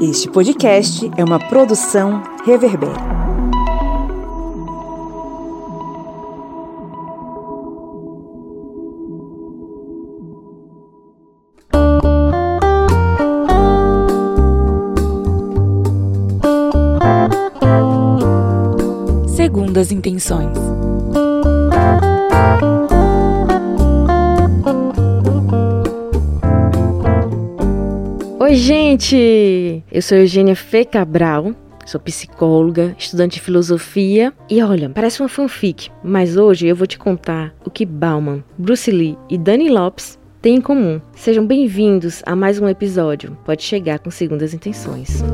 Este podcast é uma produção Reverber. Segundas intenções. Oi, gente! Eu sou Eugênia Fê Cabral, sou psicóloga, estudante de filosofia e olha, parece uma fanfic, mas hoje eu vou te contar o que Bauman, Bruce Lee e Dani Lopes têm em comum. Sejam bem-vindos a mais um episódio. Pode chegar com segundas intenções.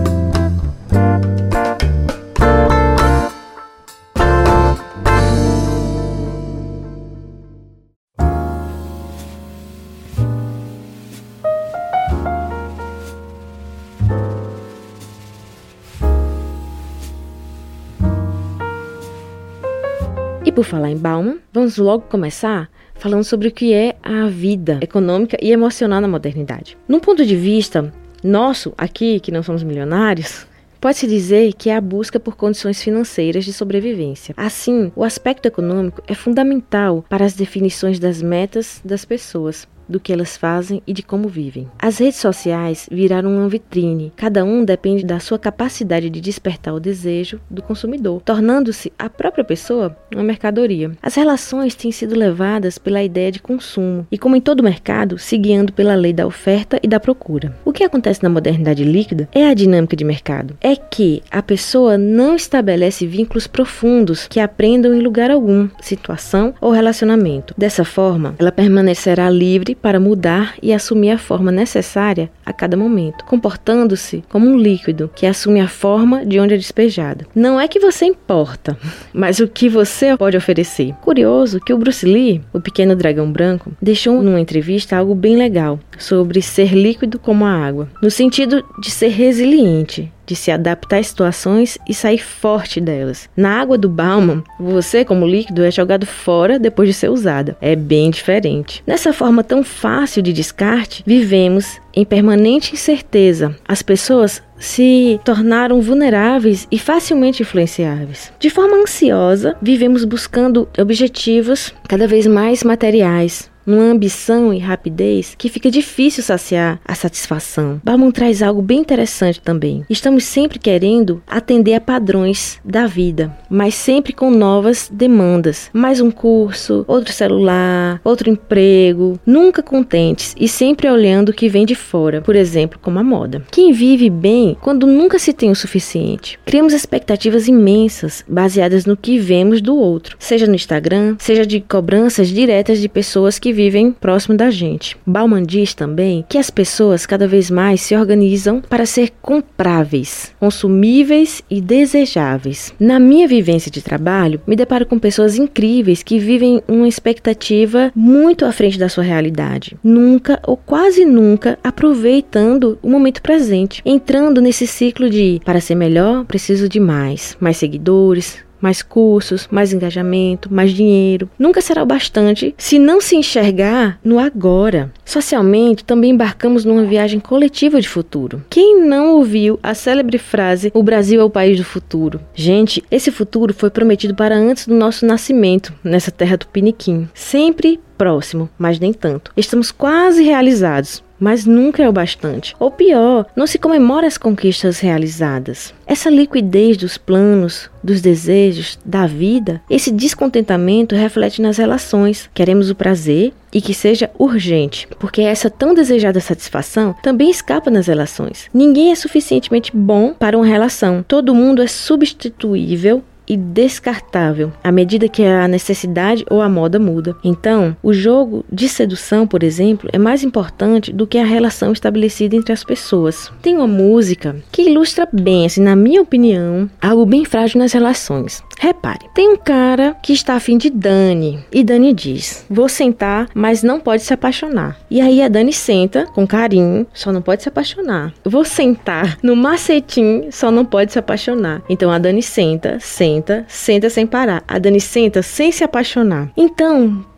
E por falar em Bauman, vamos logo começar falando sobre o que é a vida econômica e emocional na modernidade. Num ponto de vista nosso, aqui que não somos milionários, pode-se dizer que é a busca por condições financeiras de sobrevivência. Assim, o aspecto econômico é fundamental para as definições das metas das pessoas, do que elas fazem e de como vivem. As redes sociais viraram uma vitrine. Cada um depende da sua capacidade de despertar o desejo do consumidor, tornando-se a própria pessoa uma mercadoria. As relações têm sido levadas pela ideia de consumo e, como em todo mercado, se guiando pela lei da oferta e da procura. O que acontece na modernidade líquida é a dinâmica de mercado. É que a pessoa não estabelece vínculos profundos que aprendam em lugar algum, situação ou relacionamento. Dessa forma, ela permanecerá livre para mudar e assumir a forma necessária a cada momento, comportando-se como um líquido que assume a forma de onde é despejada. Não é que você importa, mas o que você pode oferecer. Curioso que o Bruce Lee, o pequeno dragão branco, deixou numa entrevista algo bem legal sobre ser líquido como a água, no sentido de ser resiliente, de se adaptar às situações e sair forte delas. Na água do Bauman, você, como líquido, é jogado fora depois de ser usada. É bem diferente. Nessa forma tão fácil de descarte, vivemos em permanente incerteza. As pessoas se tornaram vulneráveis e facilmente influenciáveis. De forma ansiosa, vivemos buscando objetivos cada vez mais materiais, numa ambição e rapidez que fica difícil saciar a satisfação. Bauman traz algo bem interessante também. Estamos sempre querendo atender a padrões da vida, mas sempre com novas demandas. Mais um curso, outro celular, outro emprego, nunca contentes e sempre olhando o que vem de fora, por exemplo, como a moda. Quem vive bem quando nunca se tem o suficiente? Criamos expectativas imensas baseadas no que vemos do outro, seja no Instagram, seja de cobranças diretas de pessoas que vivem próximo da gente. Bauman diz também que as pessoas cada vez mais se organizam para ser compráveis, consumíveis e desejáveis. Na minha vivência de trabalho, me deparo com pessoas incríveis que vivem uma expectativa muito à frente da sua realidade, nunca ou quase nunca aproveitando o momento presente, entrando nesse ciclo de para ser melhor, preciso de mais seguidores, mais cursos, mais engajamento, mais dinheiro. Nunca será o bastante se não se enxergar no agora. Socialmente, também embarcamos numa viagem coletiva de futuro. Quem não ouviu a célebre frase, o Brasil é o país do futuro? Gente, esse futuro foi prometido para antes do nosso nascimento, nessa terra tupiniquim. Sempre próximo, mas nem tanto. Estamos quase realizados, mas nunca é o bastante. Ou pior, não se comemora as conquistas realizadas. Essa liquidez dos planos, dos desejos, da vida, esse descontentamento reflete nas relações. Queremos o prazer e que seja urgente, porque essa tão desejada satisfação também escapa nas relações. Ninguém é suficientemente bom para uma relação. Todo mundo é substituível e descartável à medida que a necessidade ou a moda muda. Então, o jogo de sedução, por exemplo, é mais importante do que a relação estabelecida entre as pessoas. Tem uma música que ilustra bem, assim, na minha opinião, algo bem frágil nas relações. Repare, tem um cara que está afim de Dani e Dani diz: vou sentar, mas não pode se apaixonar. E aí a Dani senta com carinho, só não pode se apaixonar. Vou sentar no macetinho, só não pode se apaixonar. Então a Dani senta sem parar. A Dani senta sem se apaixonar. Então,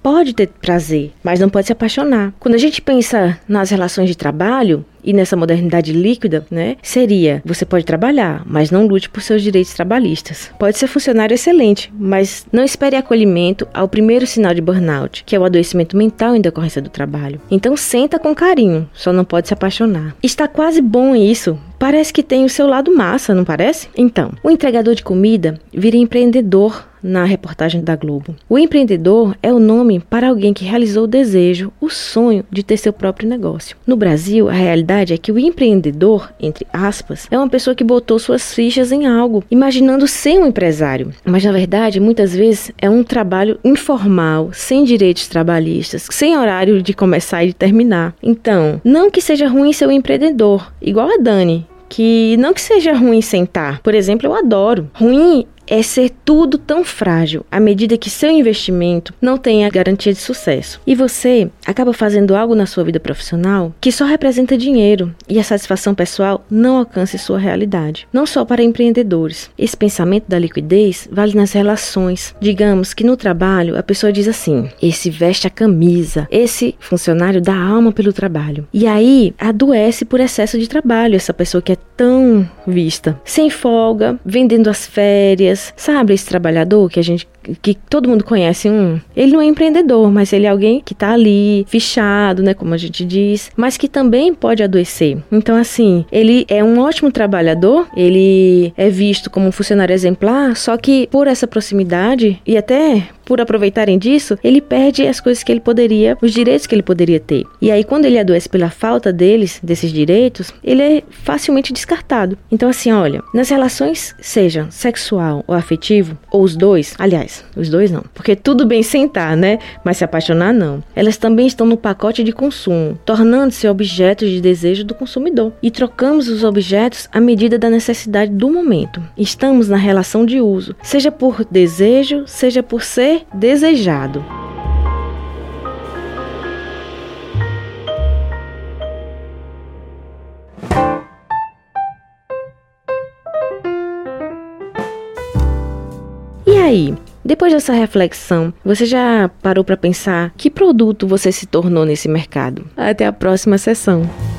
pode ter prazer, mas não pode se apaixonar. Quando a gente pensa nas relações de trabalho, e nessa modernidade líquida, né, seria, você pode trabalhar, mas não lute por seus direitos trabalhistas. Pode ser funcionário excelente, mas não espere acolhimento ao primeiro sinal de burnout, que é o adoecimento mental em decorrência do trabalho. Então senta com carinho, só não pode se apaixonar. Está quase bom isso. Parece que tem o seu lado massa, não parece? Então, o entregador de comida vira empreendedor na reportagem da Globo. O empreendedor é o nome para alguém que realizou o desejo, o sonho de ter seu próprio negócio. No Brasil, a realidade é que o empreendedor, entre aspas, é uma pessoa que botou suas fichas em algo, imaginando ser um empresário. Mas, na verdade, muitas vezes é um trabalho informal, sem direitos trabalhistas, sem horário de começar e de terminar. Então, não que seja ruim ser um empreendedor, igual a Dani, que não que seja ruim sentar. Por exemplo, eu adoro. Ruim é ser tudo tão frágil à medida que seu investimento não tem a garantia de sucesso. E você acaba fazendo algo na sua vida profissional que só representa dinheiro e a satisfação pessoal não alcança sua realidade. Não só para empreendedores. Esse pensamento da liquidez vale nas relações. Digamos que no trabalho a pessoa diz assim: esse veste a camisa, esse funcionário dá alma pelo trabalho. E aí adoece por excesso de trabalho essa pessoa que é tão vista. Sem folga, vendendo as férias. Sabe esse trabalhador que todo mundo conhece? Ele não é empreendedor, mas ele é alguém que tá ali, fichado, né, como a gente diz, mas que também pode adoecer. Então, assim, ele é um ótimo trabalhador, ele é visto como um funcionário exemplar, só que por essa proximidade e até por aproveitarem disso, ele perde as coisas que ele poderia, os direitos que ele poderia ter. E aí, quando ele adoece pela falta desses direitos, ele é facilmente descartado. Então, assim, olha, nas relações, seja sexual ou afetivo, ou os dois, aliás, os dois não, porque tudo bem sentar, né? Mas se apaixonar, não. Elas também estão no pacote de consumo, tornando-se objetos de desejo do consumidor. E trocamos os objetos à medida da necessidade do momento. Estamos na relação de uso, seja por desejo, seja por ser desejado. E aí, depois dessa reflexão, você já parou para pensar que produto você se tornou nesse mercado? Até a próxima sessão.